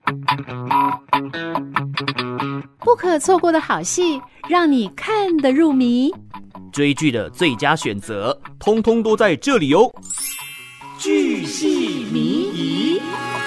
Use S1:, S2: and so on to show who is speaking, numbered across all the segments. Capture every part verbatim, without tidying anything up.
S1: 不可错过的好戏，让你看得入迷。
S2: 追剧的最佳选择，通通都在这里哦！
S1: 剧系迷疑。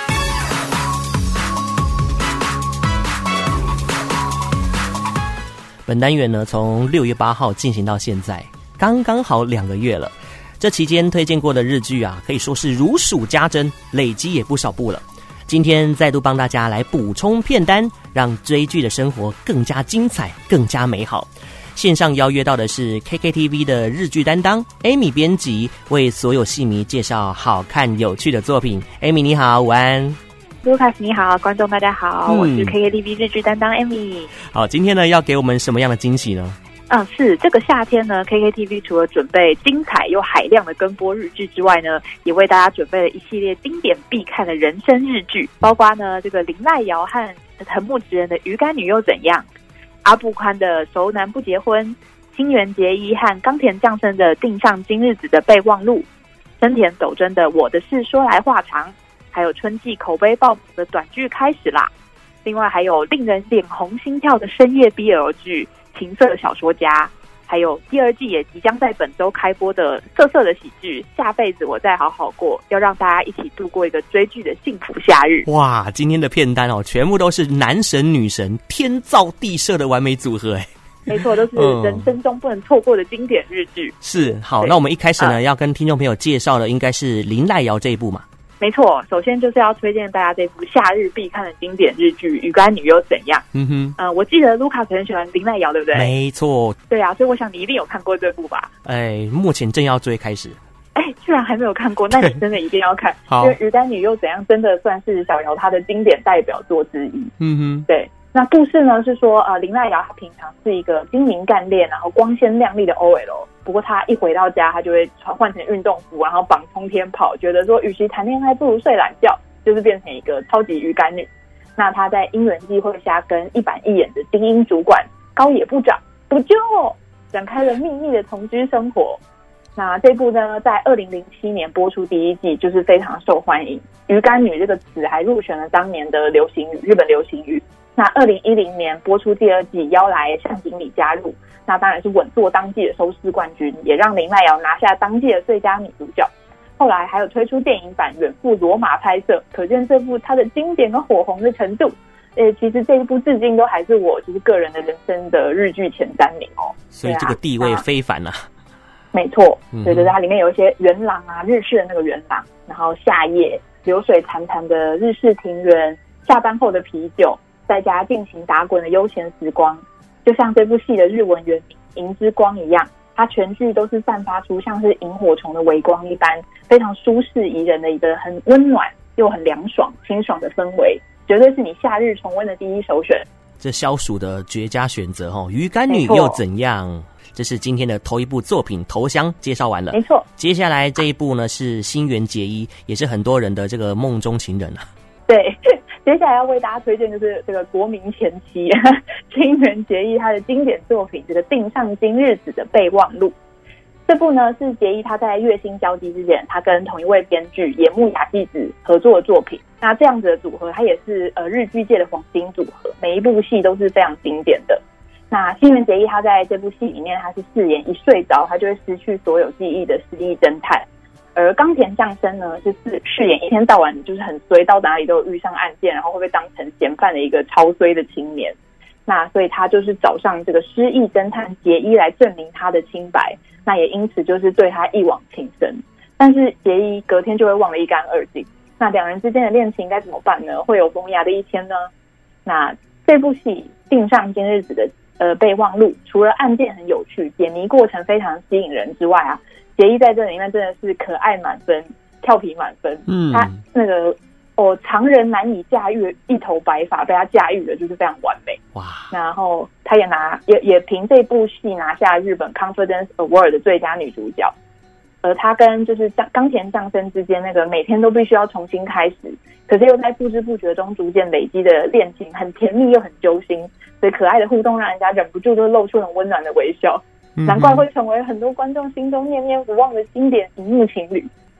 S2: 本单元呢，从六月八号进行到现在，刚刚好两个月了。这期间推荐过的日剧啊，可以说是如数家珍，累积也不少部了。今天再度帮大家来补充片单，让追剧的生活更加精彩，更加美好。线上邀约到的是 K K T V 的日剧担当 Amy 编辑，为所有戏迷介绍好看有趣的作品。Amy 你好，午安。
S3: Lucas 你好，观众大家好，嗯、我是 K K T V 日剧担当 Amy。
S2: 好，今天呢要给我们什么样的惊喜呢？
S3: 嗯，是这个夏天呢 ，K K T V 除了准备精彩又海量的跟播日剧之外呢，也为大家准备了一系列经典必看的人生日剧，包括呢这个林濑遥和藤木直人的《鱼干女又怎样》，阿部宽的《熟男不结婚》，新垣结衣和冈田将生的《定上今日子的备忘录》，深田斗真的《我的事说来话长》，还有春季口碑爆棚的短剧开始啦。另外还有令人脸红心跳的深夜 B L 剧《情色小说家》，还有第二季也即将在本周开播的色色的喜剧《下辈子我再好好过》，要让大家一起度过一个追剧的幸福夏日。
S2: 哇，今天的片单哦，全部都是男神女神天造地设的完美组合哎。
S3: 没错，都是人生中不能错过的经典日剧。
S2: 嗯、是，好，那我们一开始呢、嗯、要跟听众朋友介绍的应该是林濑遥这一部嘛。
S3: 没错，首先就是要推荐大家这部夏日必看的经典日剧《鱼干女又怎样》。嗯哼，呃，我记得卢卡很喜欢林濑遥，对不对？
S2: 没错。
S3: 对啊，所以我想你一定有看过这部吧？
S2: 哎，目前正要追开始。
S3: 哎，居然还没有看过，那你真的一定要看。因为《鱼干女又怎样》真的算是小遥她的经典代表作之一。嗯哼，对。那故事呢是说，呃，林濑遥她平常是一个精明干练，然后光鲜亮丽的 O L。不过她一回到家，她就会换成运动服，然后绑冲天炮，觉得说，与其谈恋爱，不如睡懒觉，就是变成一个超级鱼干女。那她在因缘际会下，跟一板一眼的精英主管高野部长不就展开了秘密的同居生活。那这部呢，在二零零七年播出第一季，就是非常受欢迎。鱼干女这个词还入选了当年的流行语，日本流行语。那二零一零年播出第二季，邀来向井理加入，那当然是稳坐当季的收视冠军，也让林濑遥拿下当季的最佳女主角。后来还有推出电影版远赴罗马拍摄，可见这部它的经典跟火红的程度。呃，其实这一部至今都还是我就是个人的人生的日剧前三名哦，
S2: 所以这个地位非凡啊。
S3: 没错，对对对，它里面有一些元朗啊，日式的那个元朗，然后夏夜流水潺潺的日式庭园，下班后的啤酒，在家尽情打滚的悠闲时光，就像这部戏的日文原名《萤之光》一样，它全剧都是散发出像是萤火虫的微光一般，非常舒适宜人的一个很温暖又很凉爽清爽的氛围，绝对是你夏日重温的第一首选。
S2: 这消暑的绝佳选择哦，鱼干女又怎样？这是今天的头一部作品《投降》介绍完了，
S3: 没错。
S2: 接下来这一部呢是新垣结衣，也是很多人的这个梦中情人啊。
S3: 对，接下来要为大家推荐就是这个国民前妻新垣结衣她的经典作品《这个定上今日子的备忘录》。这部呢是结衣她在月薪交接之前，她跟同一位编剧野木雅纪子合作的作品。那这样子的组合，它也是呃日剧界的黄金组合，每一部戏都是非常经典的。那新垣结衣她在这部戏里面，她是饰演一睡着她就会失去所有记忆的失忆侦探，而冈田将生呢是饰演一天到晚就是很衰，到哪里都有遇上案件，然后会被当成嫌犯的一个超衰的青年。那所以他就是找上这个失忆侦探结衣来证明他的清白，那也因此就是对他一往情深。但是结衣隔天就会忘得一干二净，那两人之间的恋情该怎么办呢？会有萌芽的一天呢？那这部戏定上今日子的呃备忘录，除了案件很有趣，解谜过程非常吸引人之外啊，结衣在这里面真的是可爱满分，俏皮满分。嗯，他那个哦，常人难以驾驭一头白发，被他驾驭的就是非常完美。哇！然后他也拿也也凭这部戏拿下日本 Confidence Award 的最佳女主角。而他跟就是冈田将生之间那个每天都必须要重新开始，可是又在不知不觉中逐渐累积的恋情，很甜蜜又很揪心，所以可爱的互动让人家忍不住就露出很温暖的微笑。难怪会成为很多观众心中念念不忘的经典荧幕情侣。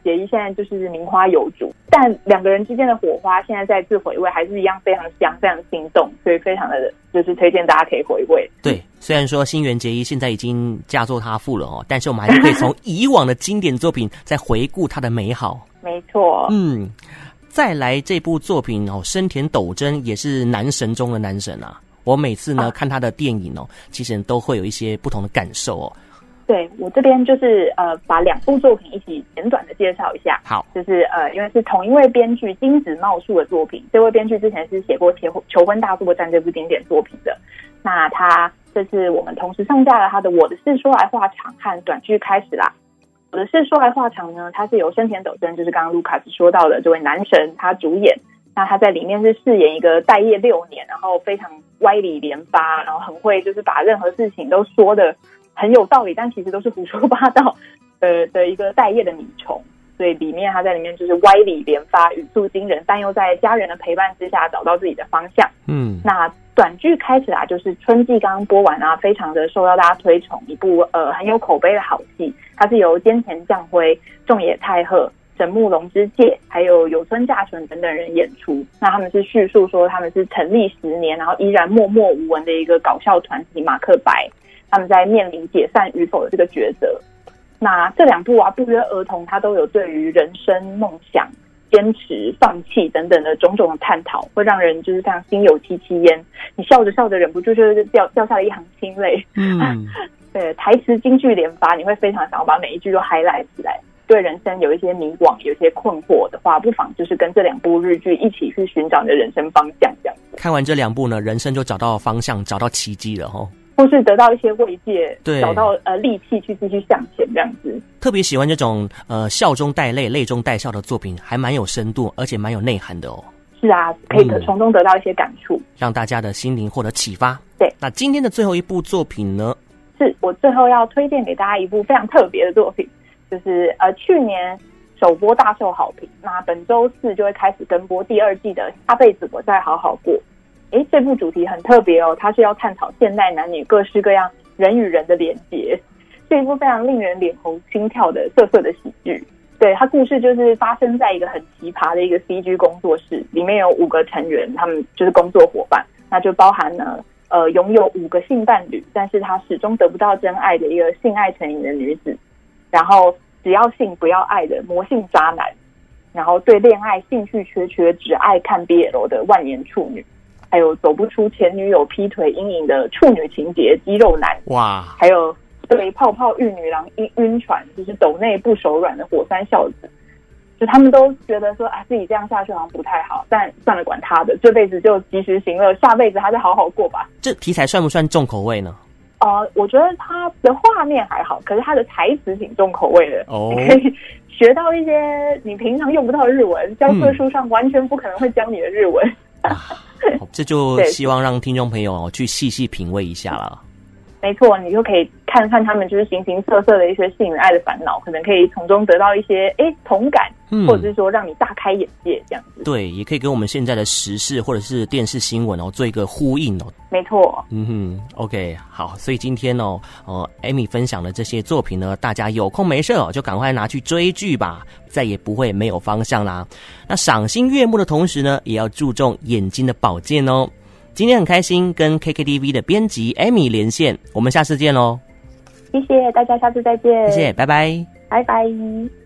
S3: 结衣现在就是名花有主，但两个人之间的火花现在再次回味，还是一样非常香，非常心动，所以非常的就是推荐大家可以回味。
S2: 对，虽然说新垣结衣现在已经嫁作他妇了哦，但是我们还是可以从以往的经典作品再回顾她的美好。
S3: 没错，
S2: 嗯，再来这部作品哦，深田斗真也是男神中的男神啊。我每次呢、啊、看他的电影哦，其实都会有一些不同的感受哦。
S3: 对，我这边就是呃，把两部作品一起简短的介绍一下。
S2: 好，
S3: 就是呃，因为是同一位编剧金子茂树的作品，这位编剧之前是写过《求求婚大作战》这部经典作品的。那他这次我们同时上架了他的《我的事说来话长》和短剧开始啦。我的事说来话长呢，它是由深田斗真，就是刚刚卢卡斯说到的这位男神他主演。那他在里面是饰演一个待业六年，然后非常歪理连发，然后很会就是把任何事情都说的很有道理，但其实都是胡说八道的的一个待业的米虫。所以里面他在里面就是歪理连发，语速惊人，但又在家人的陪伴之下找到自己的方向。嗯，那短剧开始啊，就是春季刚刚播完啊，非常的受到大家推崇，一部呃很有口碑的好戏。它是由菅田将晖、仲野太贺、神木隆之介还有有村架纯等等人演出。那他们是叙述说他们是成立十年然后依然默默无闻的一个搞笑团体马克白，他们在面临解散与否的这个抉择。那这两部啊不约而同，它都有对于人生梦想、坚持、放弃等等的种种的探讨，会让人就是非常心有戚戚焉。你笑着笑着忍不住就是掉掉下了一行清泪。嗯，对，台词金句连发，你会非常想要把每一句都 highlight 起来。对人生有一些迷惘、有一些困惑的话，不妨就是跟这两部日剧一起去寻找你的人生方向，这样子。
S2: 看完这两部呢，人生就找到方向，找到奇迹了齁。
S3: 或是得到一些慰藉，
S2: 对，
S3: 找到呃力气去继续向前，这样子。
S2: 特别喜欢这种呃笑中带泪、泪中带笑的作品，还蛮有深度，而且蛮有内涵的哦。
S3: 是啊，可以从中得到一些感触，嗯，
S2: 让大家的心灵获得启发。
S3: 对，
S2: 那今天的最后一部作品呢？
S3: 是我最后要推荐给大家一部非常特别的作品，就是呃去年首播大受好评，那本周四就会开始跟播第二季的《下辈子我再好好过》。诶，这部主题很特别哦，它是要探讨现代男女各式各样人与人的连结，是一部非常令人脸红心跳的色色的喜剧。对，它故事就是发生在一个很奇葩的一个 C G 工作室，里面有五个成员，他们就是工作伙伴，那就包含了呃拥有五个性伴侣，但是他始终得不到真爱的一个性爱成瘾的女子，然后只要性不要爱的魔性渣男，然后对恋爱兴趣缺缺，只爱看 B L 的万年处女，还有走不出前女友劈腿阴影的处女情节肌肉男，哇！还有对泡泡玉女郎晕晕船，就是抖内不手软的火山孝子，就他们都觉得说啊，自己这样下去好像不太好，但算了，管他的，这辈子就及时行乐，下辈子还是好好过吧。
S2: 这题材算不算重口味呢？
S3: 呃，我觉得它的画面还好，可是它的台词挺重口味的。哦，你可以学到一些你平常用不到的日文，教科书上完全不可能会教你的日文。
S2: 嗯这就希望让听众朋友去细细品味一下了。
S3: 没错，你就可以看看他们就是形形色色的一些性与爱的烦恼，可能可以从中得到一些诶同感，嗯，或者是说让你大开眼界这样子。
S2: 对，也可以跟我们现在的时事或者是电视新闻哦做一个呼应哦。
S3: 没错，
S2: 嗯哼 ，OK， 好，所以今天哦，呃 ，Amy 分享的这些作品呢，大家有空没事哦，就赶快拿去追剧吧，再也不会没有方向啦。那赏心悦目的同时呢，也要注重眼睛的保健哦。今天很开心跟 K K T V 的编辑 Amy 连线，我们下次见咯。
S3: 谢谢大家，下次再见。
S2: 谢谢，拜拜，
S3: 拜拜。